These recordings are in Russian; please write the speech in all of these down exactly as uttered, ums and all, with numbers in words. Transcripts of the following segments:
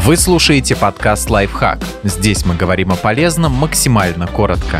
Вы слушаете подкаст «Лайфхак». Здесь мы говорим о полезном максимально коротко.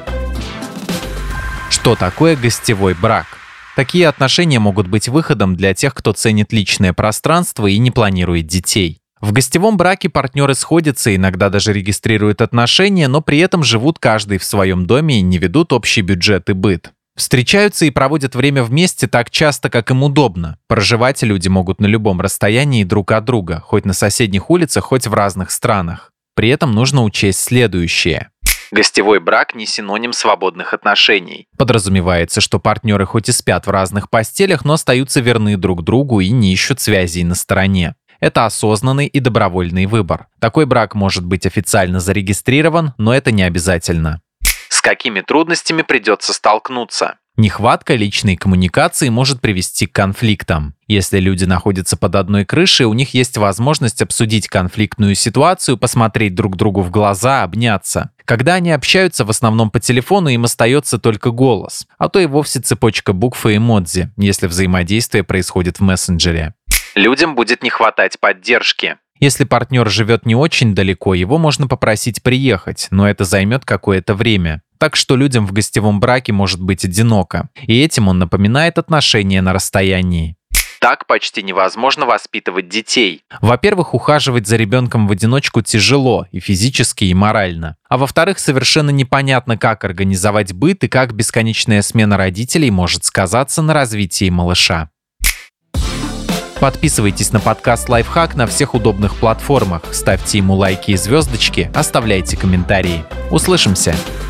Что такое гостевой брак? Такие отношения могут быть выходом для тех, кто ценит личное пространство и не планирует детей. В гостевом браке партнеры сходятся, иногда даже регистрируют отношения, но при этом живут каждый в своем доме и не ведут общий бюджет и быт. Встречаются и проводят время вместе так часто, как им удобно. Проживать люди могут на любом расстоянии друг от друга, хоть на соседних улицах, хоть в разных странах. При этом нужно учесть следующее. Гостевой брак не синоним свободных отношений. Подразумевается, что партнеры хоть и спят в разных постелях, но остаются верны друг другу и не ищут связей на стороне. Это осознанный и добровольный выбор. Такой брак может быть официально зарегистрирован, но это не обязательно. С какими трудностями придется столкнуться? Нехватка личной коммуникации может привести к конфликтам. Если люди находятся под одной крышей, у них есть возможность обсудить конфликтную ситуацию, посмотреть друг другу в глаза, обняться. Когда они общаются в основном по телефону, им остается только голос, а то и вовсе цепочка букв и эмодзи, если взаимодействие происходит в мессенджере. Людям будет не хватать поддержки. Если партнер живет не очень далеко, его можно попросить приехать, но это займет какое-то время. Так что людям в гостевом браке может быть одиноко, и этим он напоминает отношения на расстоянии. Так почти невозможно воспитывать детей. Во-первых, ухаживать за ребенком в одиночку тяжело и физически, и морально. А во-вторых, совершенно непонятно, как организовать быт и как бесконечная смена родителей может сказаться на развитии малыша. Подписывайтесь на подкаст «Лайфхак» на всех удобных платформах, ставьте ему лайки и звездочки, оставляйте комментарии. Услышимся!